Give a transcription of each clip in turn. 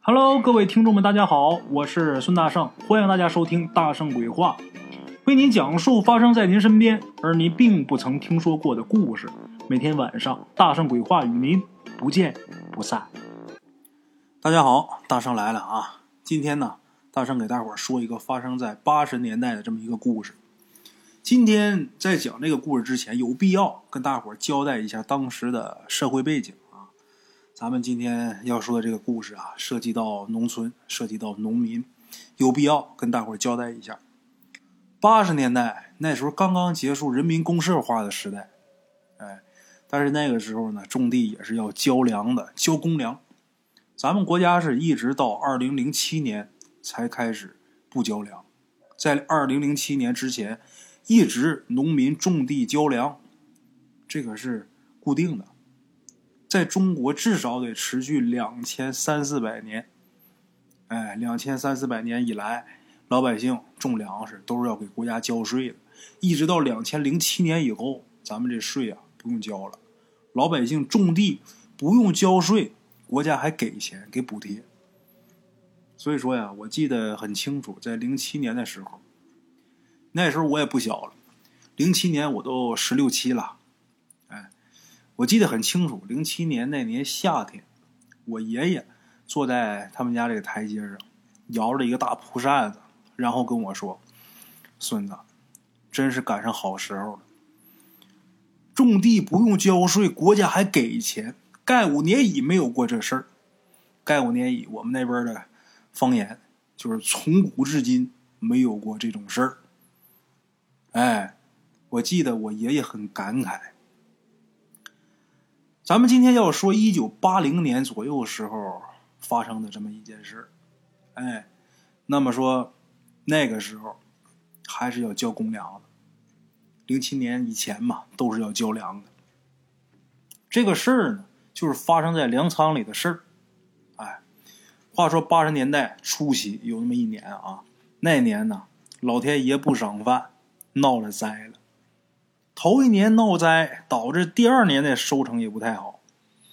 Hello，各位听众们，大家好，我是孙大圣，欢迎大家收听大圣鬼话，为您讲述发生在您身边而您并不曾听说过的故事。每天晚上，大圣鬼话与您不见不散。大家好，大圣来了啊！今天呢，大圣给大伙儿说一个发生在80年代的这么一个故事。今天在讲这个故事之前，有必要跟大伙儿交代一下当时的社会背景。咱们今天要说的这个故事啊，涉及到农村，涉及到农民，有必要跟大伙儿交代一下。80年代那时候刚刚结束人民公社化的时代，但是那个时候呢，种地也是要交粮的，交公粮。咱们国家是一直到2007年才开始不交粮，在2007年之前，一直农民种地交粮，这个是固定的。在中国至少得持续2300-400年，2300-400年以来，老百姓种粮食都是要给国家交税的，一直到2007年以后，咱们这税啊不用交了，老百姓种地不用交税，国家还给钱给补贴。所以说呀，我记得很清楚，在07年的时候，那时候我也不小了，07年我都16、17了。我记得很清楚，07年那年夏天，我爷爷坐在他们家这个台阶上，摇着一个大蒲扇子，然后跟我说：“孙子，真是赶上好时候了。种地不用交税，国家还给钱，盖5年乙没有过这事儿。盖5年乙，我们那边的方言就是从古至今没有过这种事儿。”我记得我爷爷很感慨。咱们今天要说1980年左右时候发生的这么一件事。那么说那个时候还是要交公粮的，07年以前嘛，都是要交粮的。这个事儿呢，就是发生在粮仓里的事儿。话说80年代初期有那么一年啊，那年呢，老天爷不赏饭，闹了灾了。头一年闹灾，导致第2年的收成也不太好。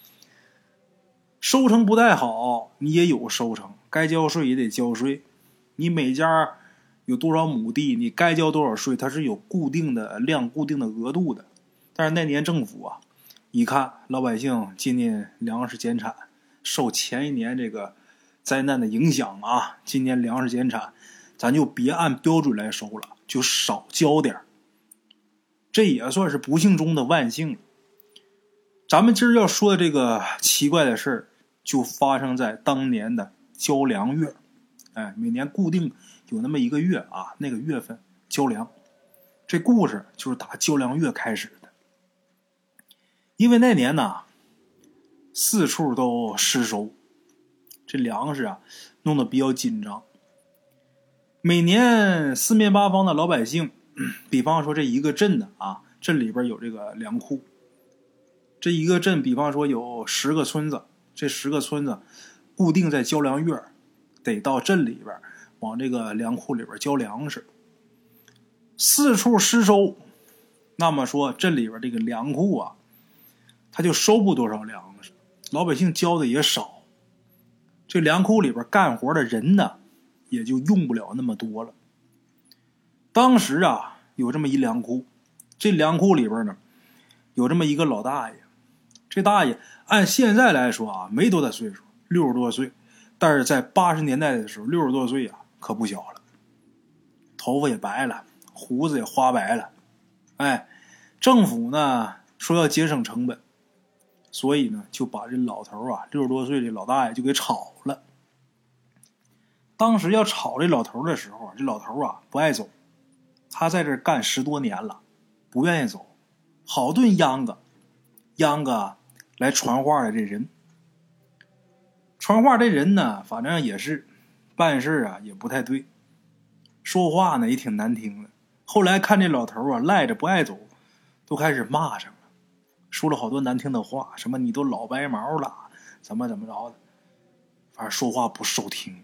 收成不太好，你也有收成，该交税也得交税。你每家有多少亩地，你该交多少税，它是有固定的量、固定的额度的。但是那年政府啊，一看老百姓今年粮食减产，受前一年这个灾难的影响啊，今年粮食减产，咱就别按标准来收了，就少交点儿。这也算是不幸中的万幸。咱们今儿要说的这个奇怪的事儿，就发生在当年的交粮月。每年固定有那么一个月啊，那个月份交粮。这故事就是打交粮月开始的。因为那年呢，四处都失收，这粮食啊弄得比较紧张。每年四面八方的老百姓，比方说这一个镇的啊，镇里边有这个粮库。这一个镇比方说有10个村子，这10个村子固定在交粮月，得到镇里边往这个粮库里边交粮食。四处失收，那么说镇里边这个粮库啊，他就收不多少粮食，老百姓交的也少，这粮库里边干活的人呢也就用不了那么多了。当时啊有这么一粮库，这粮库里边呢有这么一个老大爷。这大爷按现在来说啊没多大岁数，60多岁，但是在80年代的时候60多岁啊可不小了，头发也白了，胡子也花白了。政府呢说要节省成本，所以呢就把这老头啊60多岁的老大爷就给炒了。当时要炒这老头的时候，这老头啊不爱走，他在这干10多年了，不愿意走，好顿秧歌来传话的这人。传话这人呢，反正也是办事啊也不太对，说话呢也挺难听的。后来看这老头啊赖着不爱走，都开始骂上了，说了好多难听的话，什么你都老白毛了，怎么着的，反正说话不受听。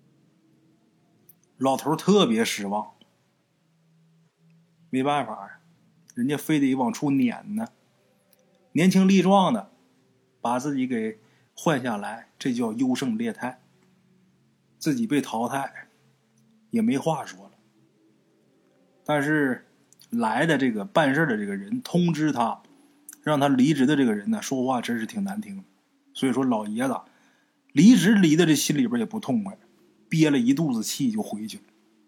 老头特别失望，没办法，人家非得往出撵呢。年轻力壮的把自己给换下来，这叫优胜劣汰。 自己被淘汰，也没话说了。但是来的这个办事的这个人通知他，让他离职的这个人呢，说话真是挺难听的。所以说老爷子离职离的这心里边也不痛快，憋了一肚子气就回去了。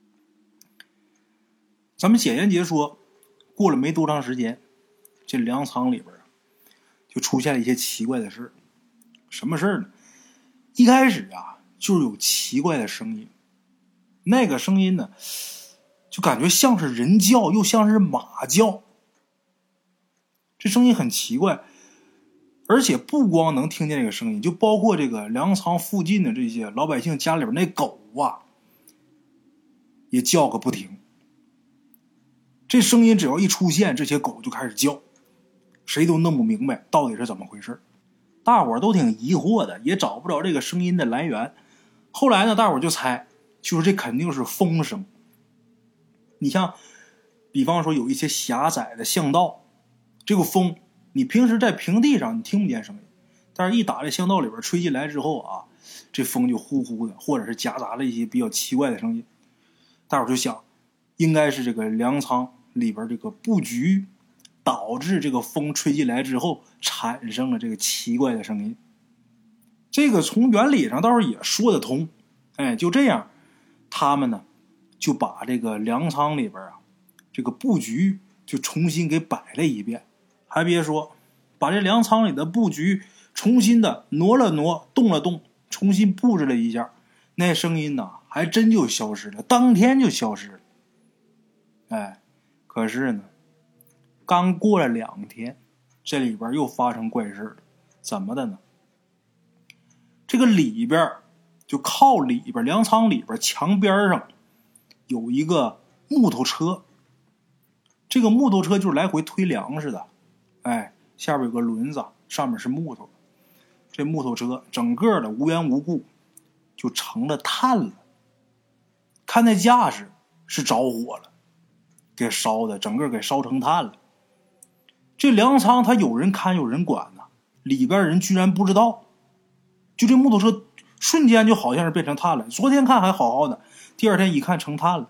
咱们简言结说，过了没多长时间，这粮仓里边就出现了一些奇怪的事。什么事呢？一开始啊，就是有奇怪的声音，那个声音呢，就感觉像是人叫，又像是马叫。这声音很奇怪，而且不光能听见这个声音，就包括这个粮仓附近的这些老百姓家里边那狗啊，也叫个不停。这声音只要一出现，这些狗就开始叫，谁都弄不明白到底是怎么回事。大伙儿都挺疑惑的，也找不着这个声音的来源。后来呢，大伙儿就猜，就是这肯定是风声。你像比方说有一些狭窄的巷道，这个风你平时在平地上你听不见声音，但是一打在巷道里边吹进来之后啊，这风就呼呼的，或者是夹杂了一些比较奇怪的声音。大伙儿就想，应该是这个粮仓里边这个布局导致这个风吹进来之后产生了这个奇怪的声音。这个从原理上倒是也说得通。就这样，他们呢就把这个粮仓里边啊这个布局就重新给摆了一遍。还别说，把这粮仓里的布局重新的挪了挪，动了动，重新布置了一下，那声音呢还真就消失了，当天就消失了。可是呢，刚过了2天，这里边又发生怪事了。怎么的呢？这个里边就靠里边粮仓里边墙边上有一个木头车，这个木头车就是来回推粮食的。下边有个轮子，上面是木头。这木头车整个的无缘无故就成了炭了。看那架势是着火了，给烧的整个给烧成炭了。这粮仓他有人看有人管呢，里边人居然不知道。就这木头车瞬间就好像是变成炭了，昨天看还好好的，第二天一看成炭了。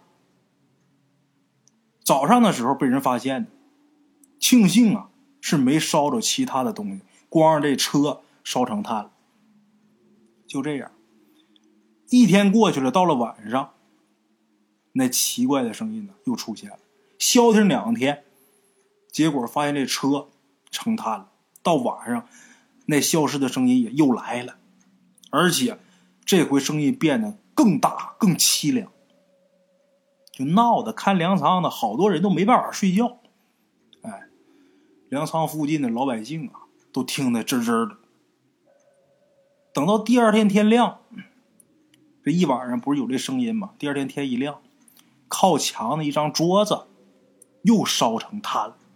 早上的时候被人发现的，庆幸啊是没烧着其他的东西，光让这车烧成炭了。就这样，一天过去了，到了晚上，那奇怪的声音呢又出现了，消停2天，结果发现这车成炭了。到晚上，那消失的声音也又来了，而且这回声音变得更大更凄凉，就闹得看粮仓的好多人都没办法睡觉。粮仓附近的老百姓啊都听得吱吱的。等到第二天天亮，这一晚上不是有这声音吗？第二天天一亮，靠墙的一张桌子又烧成炭了。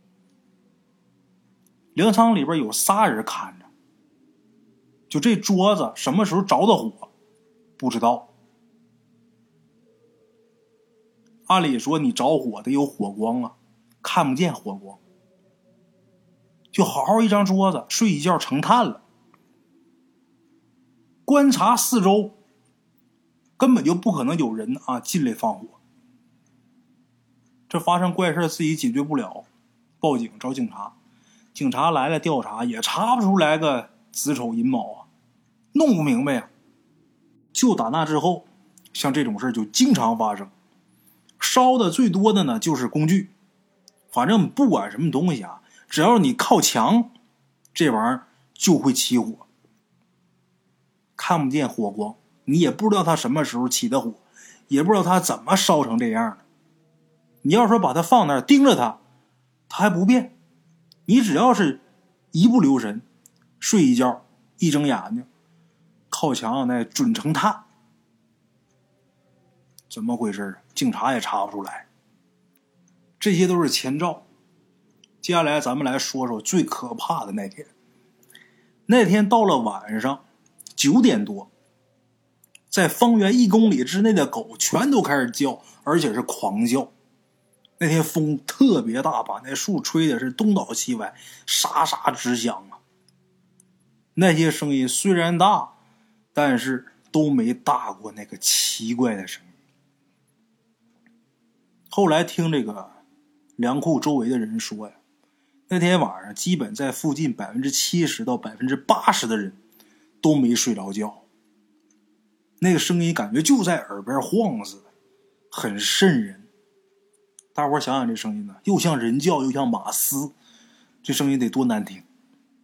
粮仓里边有3人看着，就这桌子什么时候着的火不知道。按理说你着火得有火光啊，看不见火光，就好好一张桌子睡一觉成炭了。观察四周，根本就不可能有人啊进来放火。这发生怪事自己解决不了，报警找警察。警察来了调查，也查不出来个子丑寅卯啊，弄不明白呀。就打那之后，像这种事就经常发生。烧的最多的呢就是工具，反正不管什么东西啊，只要你靠墙，这玩意儿就会起火。看不见火光，你也不知道它什么时候起的火，也不知道它怎么烧成这样的。你要说把它放那儿盯着它还不变。你只要是一不留神，睡一觉一睁眼睛，靠墙那准成炭。怎么回事？警察也查不出来。这些都是前兆。接下来咱们来说说最可怕的那天。那天到了晚上9点多，在方圆1公里之内的狗全都开始叫，而且是狂叫。那天风特别大，把那树吹的是东倒西歪，沙沙直响啊。那些声音虽然大，但是都没大过那个奇怪的声音。后来听这个粮库周围的人说呀，那天晚上基本在附近70%到80%的人都没睡着觉，那个声音感觉就在耳边晃似的，很瘆人。大伙想想这声音呢，又像人叫又像马嘶，这声音得多难听。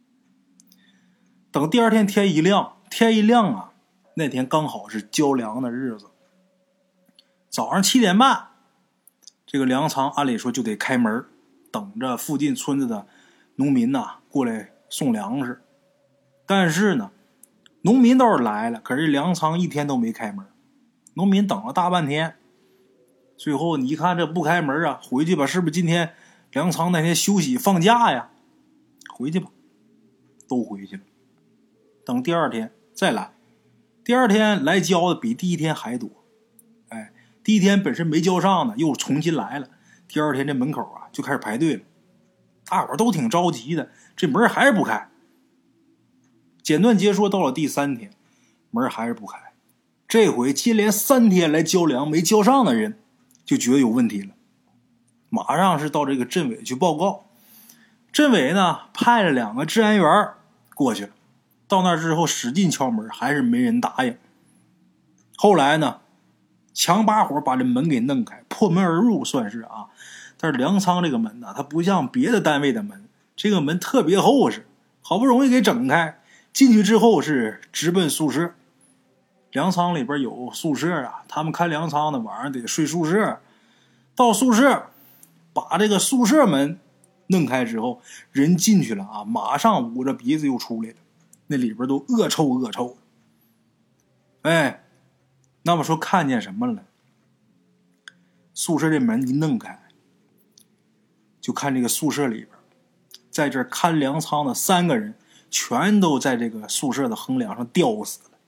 等第二天天一亮啊，那天刚好是交粮的日子。早上7点半，这个粮仓按理说就得开门，等着附近村子的农民呐过来送粮食。但是呢，农民倒是来了，可是粮仓一天都没开门。农民等了大半天，最后你一看这不开门啊，回去吧，是不是今天粮仓那天休息放假呀？回去吧，都回去了。等第二天再来，第二天来交的比第一天还多。第一天本身没交上的又重新来了，第二天这门口啊就开始排队了。大伙都挺着急的，这门还是不开。简短截说，到了第3天，门还是不开。这回接连3天来交粮没交上的人就觉得有问题了，马上是到这个镇委去报告。镇委呢派了2个治安员过去了，到那之后使劲敲门，还是没人答应。后来呢，强把火把这门给弄开，破门而入算是啊。但是粮仓这个门呢，它不像别的单位的门，这个门特别厚实，好不容易给整开，进去之后是直奔宿舍。粮仓里边有宿舍啊，他们看粮仓的晚上得睡宿舍。到宿舍把这个宿舍门弄开之后，人进去了啊，马上捂着鼻子又出来了，那里边都恶臭恶臭的。那么说看见什么了？宿舍这门一弄开，就看这个宿舍里边，在这看粮仓的3个人全都在这个宿舍的横梁上吊死了。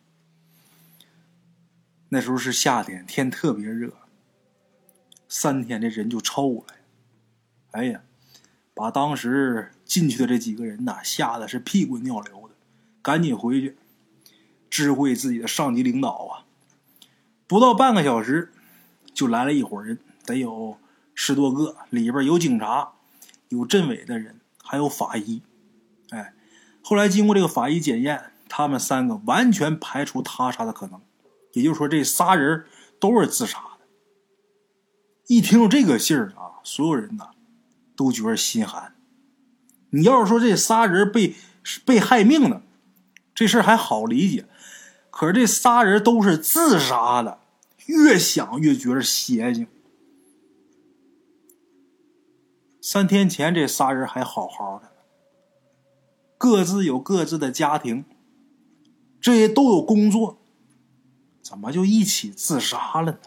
那时候是夏天，天特别热，3天这人就臭了。哎呀，把当时进去的这几个人呐吓得是屁滚尿流的，赶紧回去知会自己的上级领导啊。不到半个小时就来了一伙人，得有10多个，里边有警察，有镇委的人，还有法医。后来经过这个法医检验，他们3个完全排除他杀的可能，也就是说这仨人都是自杀的。一听到这个信儿啊，所有人呐都觉得心寒。你要是说这仨人被害命的，这事儿还好理解，可是这仨人都是自杀的，越想越觉得邪性。3天前这仨人还好好的，各自有各自的家庭，这些都有工作，怎么就一起自杀了呢？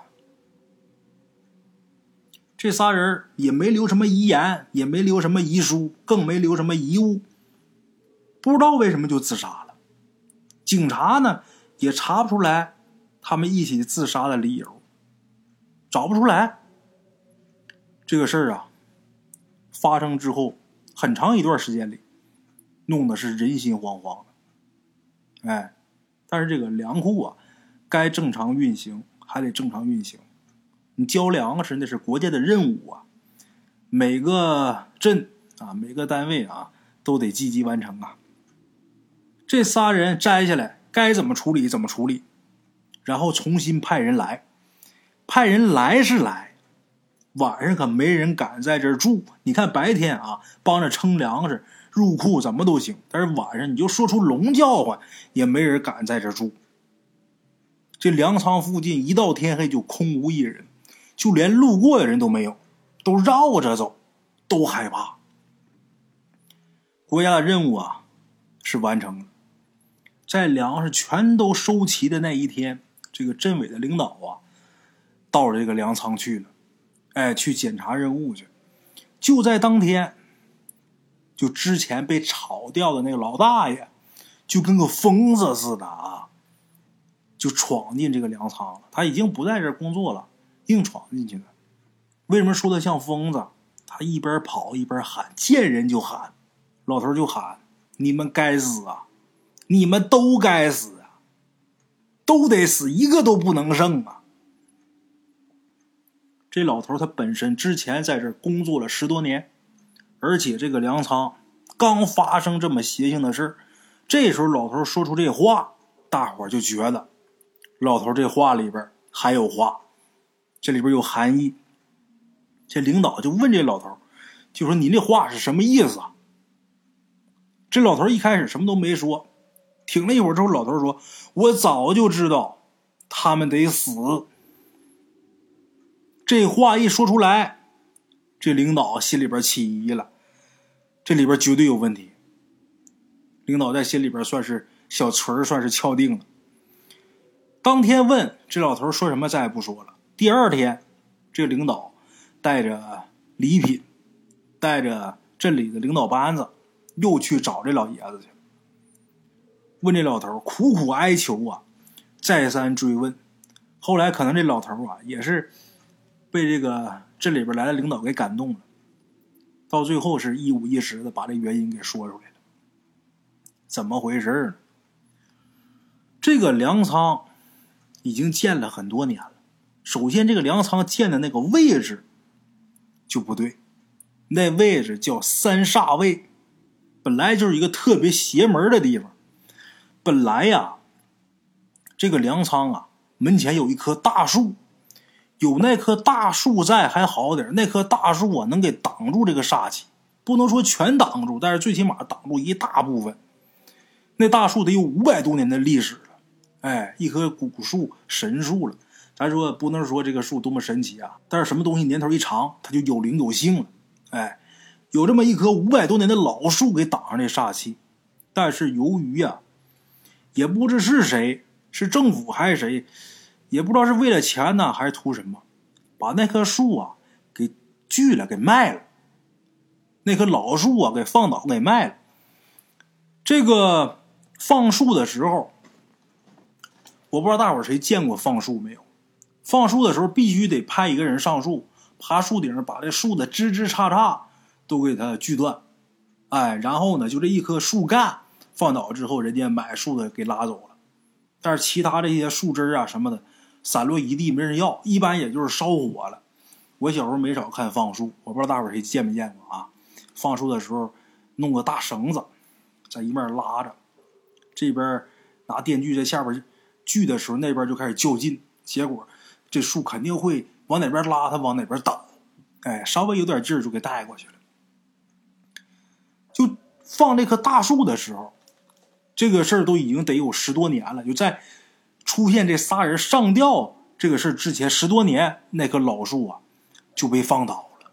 这仨人也没留什么遗言，也没留什么遗书，更没留什么遗物，不知道为什么就自杀了。警察呢也查不出来他们一起自杀的理由，找不出来。这个事儿啊发生之后很长一段时间里，弄得是人心惶惶的。但是这个粮库啊该正常运行还得正常运行，你交粮食那是国家的任务啊，每个镇啊每个单位啊都得积极完成啊。这仨人摘下来该怎么处理怎么处理，然后重新派人来。派人来是来，晚上可没人敢在这儿住。你看白天啊帮着称粮食入库怎么都行，但是晚上你就说出龙叫唤也没人敢在这儿住。这粮仓附近一到天黑就空无一人，就连路过的人都没有，都绕着走，都害怕。国家的任务啊是完成了，在粮食全都收齐的那一天，这个镇委的领导啊到了这个粮仓去了，去检查任务去。就在当天，就之前被炒掉的那个老大爷就跟个疯子似的啊，就闯进这个粮仓了。他已经不在这儿工作了，硬闯进去了。为什么说他像疯子？他一边跑一边喊，见人就喊。老头就喊：你们该死啊，你们都该死啊， 都得死，一个都不能剩啊。这老头他本身之前在这儿工作了10多年，而且这个粮仓刚发生这么邪性的事儿，这时候老头说出这话，大伙儿就觉得老头这话里边还有话，这里边有含义。这领导就问这老头，就说你这话是什么意思啊？这老头一开始什么都没说，挺了一会儿之后，老头说，我早就知道他们得死。这话一说出来，这领导心里边起疑了，这里边绝对有问题。领导在心里边算是小锤儿，算是敲定了。当天问这老头说什么再也不说了。第二天，这领导带着礼品，带着镇里的领导班子，又去找这老爷子去，问这老头，苦苦哀求啊，再三追问。后来可能这老头啊也是被这个镇里边来的领导给感动了，到最后是一五一十的把这原因给说出来了。怎么回事呢？这个粮仓已经建了很多年了，首先这个粮仓建的那个位置就不对，那位置叫三煞位，本来就是一个特别邪门的地方。本来呀，这个粮仓啊门前有一棵大树，有那棵大树在还好点，那棵大树啊能给挡住这个煞气，不能说全挡住，但是最起码挡住一大部分。那大树得有500多年的历史了，哎，一棵古树神树了。咱说不能说这个树多么神奇啊，但是什么东西年头一长，它就有灵有性了。哎，有这么一棵500多年的老树给挡上这煞气，但是由于啊，也不知是谁，是政府还是谁，也不知道是为了钱呢还是图什么，把那棵树啊给锯了，给卖了。那棵老树啊给放倒给卖了。这个放树的时候，我不知道大伙儿谁见过放树没有。放树的时候必须得派一个人上树，爬树顶把这树的枝枝杈杈都给它锯断。哎，然后呢就这一棵树干放倒之后，人家买树的给拉走了，但是其他这些树枝啊什么的散落一地没人要，一般也就是烧火了。我小时候没少看放树，我不知道大伙儿谁见没见过啊。放树的时候弄个大绳子在一面拉着，这边拿电锯在下边锯的时候，那边就开始较劲，结果这树肯定会往哪边拉它往哪边倒，哎，稍微有点劲儿就给带过去了。就放这棵大树的时候，这个事儿都已经得有10多年了，就在出现这仨人上吊这个事儿之前10多年，那棵老树啊就被放倒了。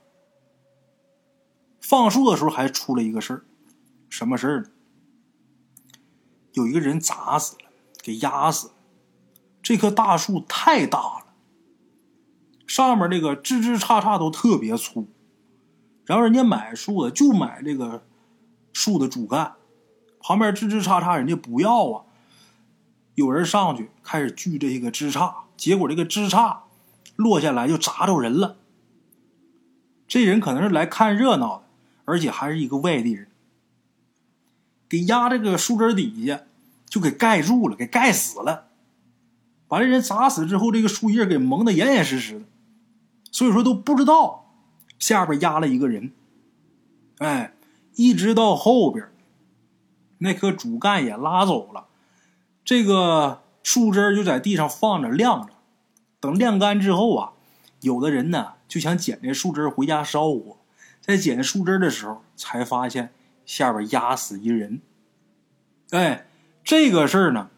放树的时候还出了一个事儿，什么事儿呢？有一个人砸死了，给压死了。这棵大树太大了，上面这个枝枝杈杈都特别粗，然后人家买树的就买这个树的主干，旁边枝枝杈杈人家不要啊。有人上去开始锯这个枝杈，结果这个枝杈落下来就砸着人了。这人可能是来看热闹的，而且还是一个外地人，给压这个树枝底下就给盖住了，给盖死了。把这人砸死之后，这个树叶给蒙得严严实实的，所以说都不知道下边压了一个人。哎，一直到后边那棵主干也拉走了，这个树枝就在地上放着晾着。等晾干之后啊，有的人呢就想捡这树枝回家烧火，在捡树枝的时候才发现下边压死一人。哎，这个事儿呢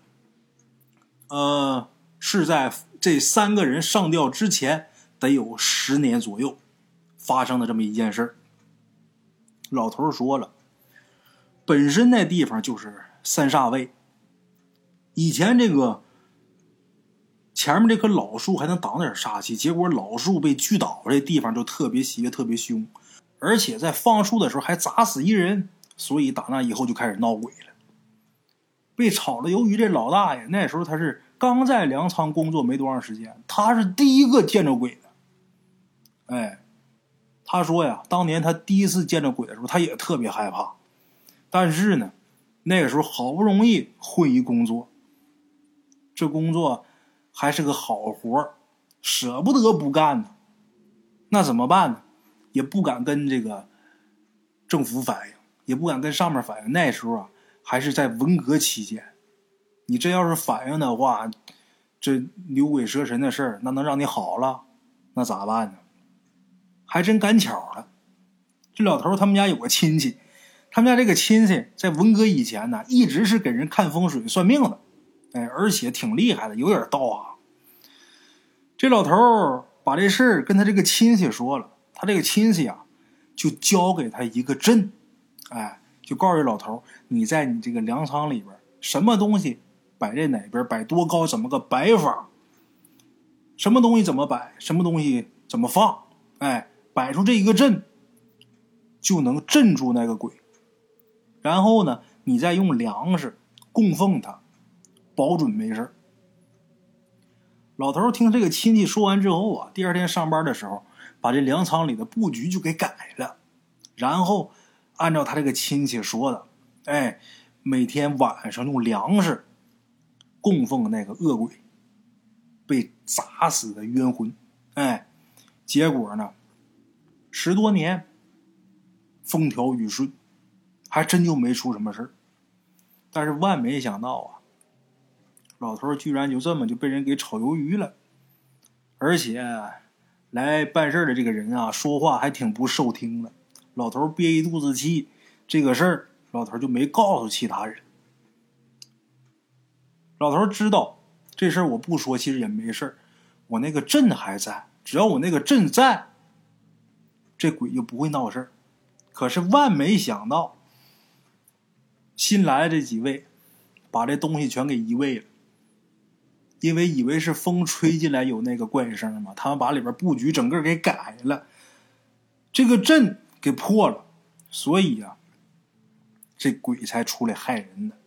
是在这3个人上吊之前得有10年左右发生的这么一件事儿。老头说了，本身那地方就是三煞位，以前这个前面这棵老树还能挡点煞气，结果老树被锯倒，这地方就特别邪特别凶，而且在放树的时候还砸死一人，所以打那以后就开始闹鬼了。被炒了鱿鱼这老大爷那时候他是刚在粮仓工作没多长时间，他是第一个见着鬼的。哎，他说呀，当年他第一次见着鬼的时候他也特别害怕，但是呢那个时候好不容易混一工作， 这工作还是个好活，舍不得不干呢。那怎么办呢？也不敢跟这个政府反映，也不敢跟上面反映。那时候啊，还是在文革期间，你这要是反映的话，这牛鬼蛇神的事儿，那能让你好了？那咋办呢？还真赶巧了，这老头他们家有个亲戚，他们家这个亲戚在文革以前呢，一直是给人看风水算命的，而且挺厉害的，有点道行。这老头把这事儿跟他这个亲戚说了，他这个亲戚啊，就交给他一个阵，就告诉这老头，你在你这个粮仓里边，什么东西摆在哪边，摆多高，怎么个摆法，什么东西怎么摆，什么东西怎么放，摆出这一个阵，就能镇住那个鬼。然后呢，你再用粮食供奉他，保准没事。老头听这个亲戚说完之后啊，第二天上班的时候，把这粮仓里的布局就给改了，然后按照他这个亲戚说的，每天晚上用粮食供奉那个恶鬼，被砸死的冤魂。结果呢，10多年风调雨顺，还真就没出什么事儿。但是万没想到啊，老头居然就这么就被人给炒鱿鱼了。而且来办事的这个人啊，说话还挺不受听的。老头憋一肚子气，这个事儿老头就没告诉其他人。老头知道这事儿我不说其实也没事儿，我那个阵还在，只要我那个阵在，这鬼就不会闹事儿。可是万没想到，新来的这几位把这东西全给移位了，因为以为是风吹进来有那个怪声嘛，他们把里边布局整个给改了，这个阵给破了，所以啊，这鬼才出来害人的。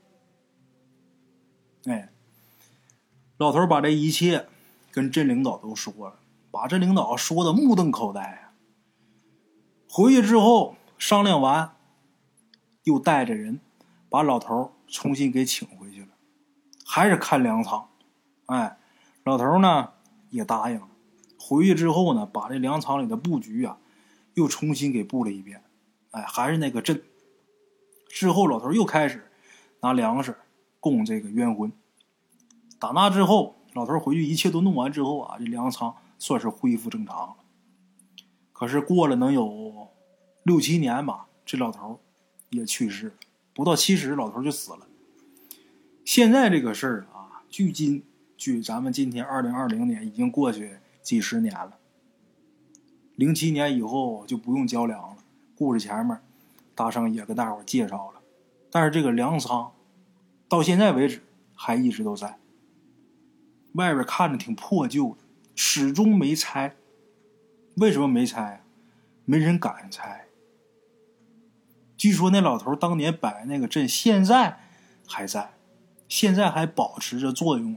老头把这一切跟镇领导都说了，把镇领导说的目瞪口呆啊。回去之后商量完，又带着人把老头重新给请回去了，还是看粮仓。老头呢也答应了。回去之后呢，把这粮仓里的布局啊又重新给布了一遍，还是那个阵。之后老头又开始拿粮食供这个冤魂。打那之后，老头回去一切都弄完之后啊，这粮仓算是恢复正常了。可是过了能有6、7年吧，这老头也去世了，不到70老头就死了。现在这个事儿啊，距咱们今天2020年已经过去几十年了。07年以后就不用交粮了，故事前面大圣也跟大伙介绍了。但是这个粮仓到现在为止还一直都在，外边看着挺破旧的，始终没拆。为什么没拆？没人敢拆。据说那老头当年摆那个阵现在还在，现在还保持着作用。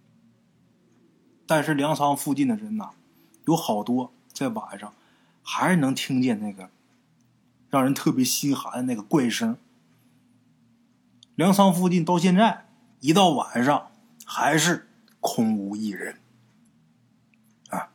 但是粮仓附近的人呐，有好多在晚上还是能听见那个让人特别心寒的那个怪声。粮仓附近到现在一到晚上还是空无一人啊。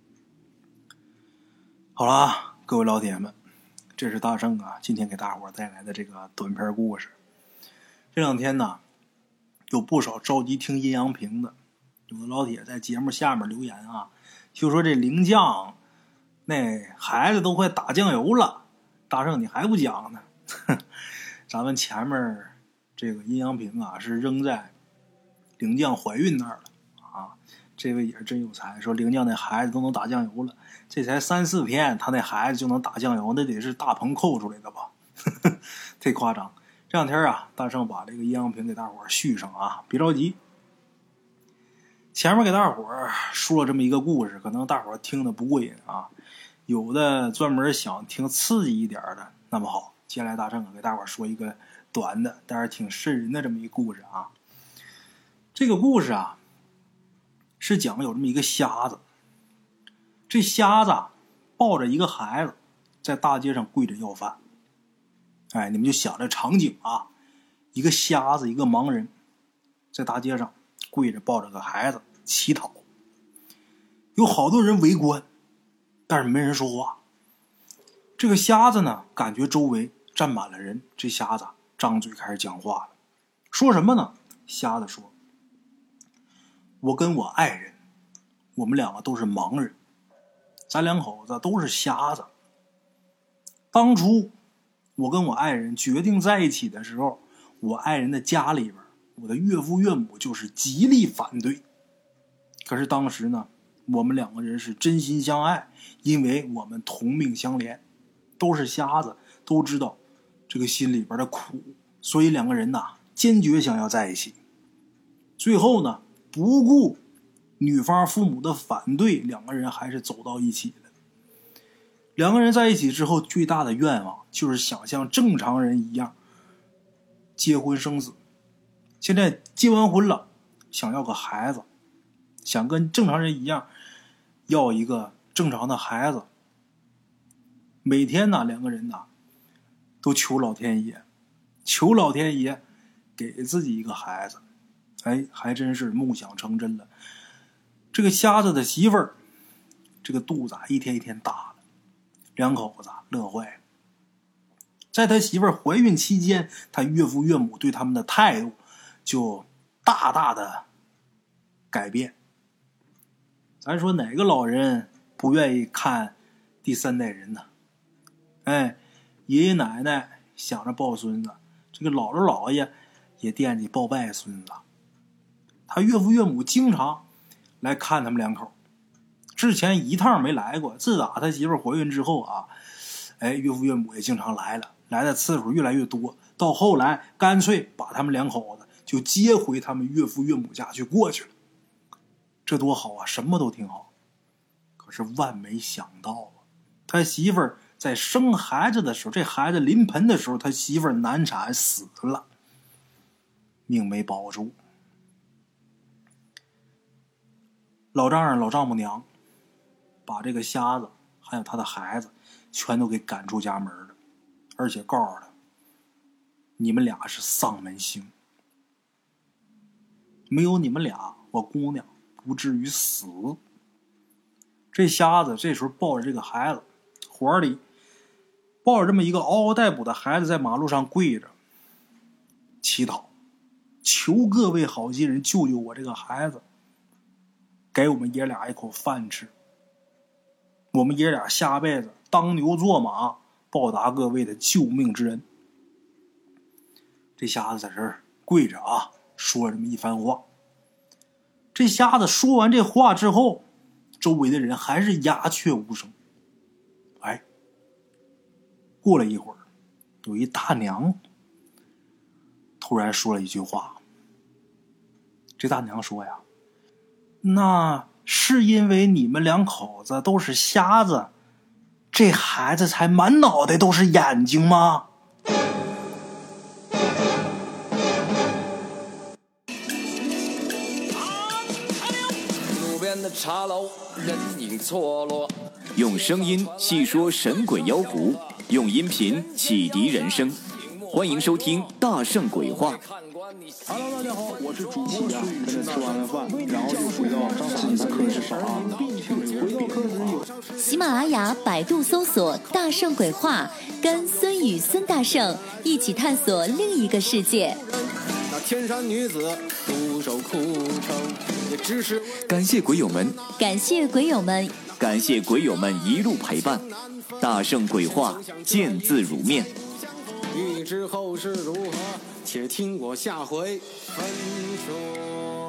好了，各位老铁们，这是大圣啊今天给大伙带来的这个短篇故事。这两天呢，有不少着急听阴阳评的，有的老铁在节目下面留言啊，就说这灵将那孩子都快打酱油了，大圣你还不讲呢？咱们前面这个阴阳评啊是扔在灵将怀孕那儿了啊。这位也是真有才，说灵将那孩子都能打酱油了，这才3、4天，他那孩子就能打酱油，那得是大棚扣出来的吧？忒夸张。这两天啊，大圣把这个阴阳评给大伙续上啊，别着急。前面给大伙说了这么一个故事，可能大伙听的不过瘾啊，有的专门想听刺激一点的，那么好，接下来大圣给大伙说一个短的但是挺瘆人的这么一个故事啊。这个故事啊是讲有这么一个瞎子，这瞎子抱着一个孩子在大街上跪着要饭。你们就想这场景啊，一个瞎子一个盲人在大街上跪着抱着个孩子乞讨。有好多人围观，但是没人说话。这个瞎子呢，感觉周围站满了人，这瞎子张嘴开始讲话了。说什么呢？瞎子说：我跟我爱人，我们两个都是盲人，咱两口子都是瞎子。当初我跟我爱人决定在一起的时候，我爱人的家里边，我的岳父岳母就是极力反对。可是当时呢，我们两个人是真心相爱，因为我们同命相连，都是瞎子，都知道这个心里边的苦，所以两个人呐，坚决想要在一起。最后呢，不顾女方父母的反对，两个人还是走到一起了。两个人在一起之后，最大的愿望就是想像正常人一样结婚生子。现在结完婚了，想要个孩子，想跟正常人一样要一个正常的孩子。每天呢，两个人呢都求老天爷，求老天爷给自己一个孩子。哎，还真是梦想成真了。这个瞎子的媳妇儿，这个肚子一天一天大了，两口子乐坏了。在他媳妇儿怀孕期间，他岳父岳母对他们的态度就大大的改变。咱说哪个老人不愿意看第三代人呢？哎，爷爷奶奶想着抱孙子，这个姥姥姥爷也惦记抱外孙子。他岳父岳母经常来看他们两口，之前一趟没来过，自打他媳妇怀孕之后啊，哎，岳父岳母也经常来了，来的次数越来越多，到后来干脆把他们两口子就接回他们岳父岳母家去过去了。这多好啊，什么都挺好。可是万没想到啊，他媳妇儿在生孩子的时候，这孩子临盆的时候，他媳妇儿难产死了，命没保住。老丈人老丈母娘把这个瞎子还有他的孩子全都给赶出家门了，而且告诉他，你们俩是丧门星，没有你们俩，我姑娘不至于死。这瞎子这时候抱着这个孩子，怀里抱着这么一个嗷嗷待哺的孩子，在马路上跪着乞讨，求各位好心人救救我这个孩子，给我们爷俩一口饭吃，我们爷俩下辈子当牛做马，报答各位的救命之恩。这瞎子在这儿跪着啊，说了这么一番话。这瞎子说完这话之后，周围的人还是鸦雀无声。哎，过了一会儿，有一大娘突然说了一句话。这大娘说呀，那是因为你们两口子都是瞎子，这孩子才满脑袋都是眼睛吗？ 路边的茶楼，人影错落。 用声音细说神鬼妖狐，用音频启迪人生。欢迎收听《大圣鬼话》。 Hello， 大家好，我是主播孙宇。吃完了饭，然后就回到自己的课室上啊。 喜马拉雅、百度搜索“大圣鬼话”，跟孙宇、孙大圣一起探索另一个世界。 那天山女子独守空城，也只是感谢鬼友们， 感谢鬼友们， 感谢鬼友们一路陪伴。大圣鬼话，见字如面。 欲知后事如何，且听我下回分说。